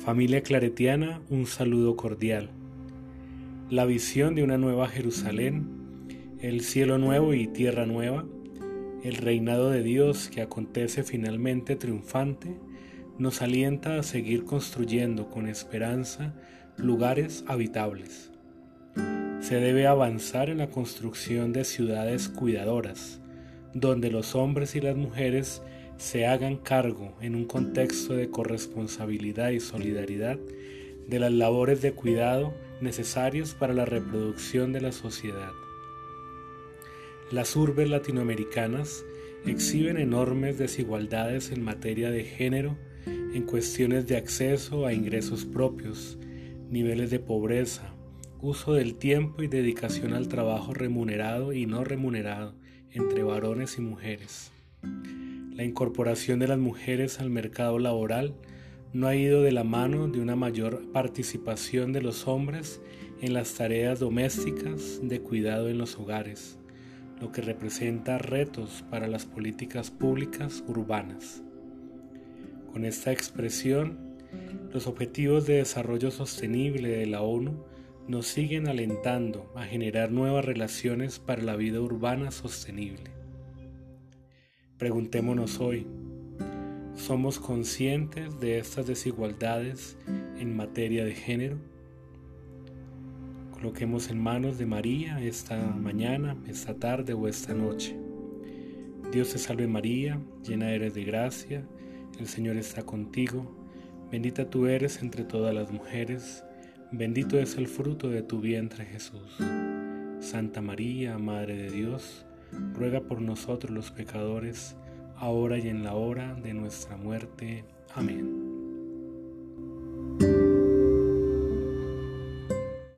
Familia claretiana, un saludo cordial. La visión de una nueva Jerusalén, el cielo nuevo y tierra nueva, el reinado de Dios que acontece finalmente triunfante, nos alienta a seguir construyendo con esperanza lugares habitables. Se debe avanzar en la construcción de ciudades cuidadoras, donde los hombres y las mujeres se hagan cargo en un contexto de corresponsabilidad y solidaridad de las labores de cuidado necesarios para la reproducción de la sociedad. Las urbes latinoamericanas exhiben enormes desigualdades en materia de género en cuestiones de acceso a ingresos propios, niveles de pobreza, uso del tiempo y dedicación al trabajo remunerado y no remunerado entre varones y mujeres. La incorporación de las mujeres al mercado laboral no ha ido de la mano de una mayor participación de los hombres en las tareas domésticas de cuidado en los hogares, lo que representa retos para las políticas públicas urbanas. Con esta expresión, los Objetivos de Desarrollo Sostenible de la ONU nos siguen alentando a generar nuevas relaciones para la vida urbana sostenible. Preguntémonos hoy, ¿somos conscientes de estas desigualdades en materia de género? Coloquemos en manos de María esta mañana, esta tarde o esta noche. Dios te salve María, llena eres de gracia, el Señor está contigo, bendita tú eres entre todas las mujeres, bendito es el fruto de tu vientre Jesús. Santa María, Madre de Dios, ruega por nosotros los pecadores, ahora y en la hora de nuestra muerte. Amén.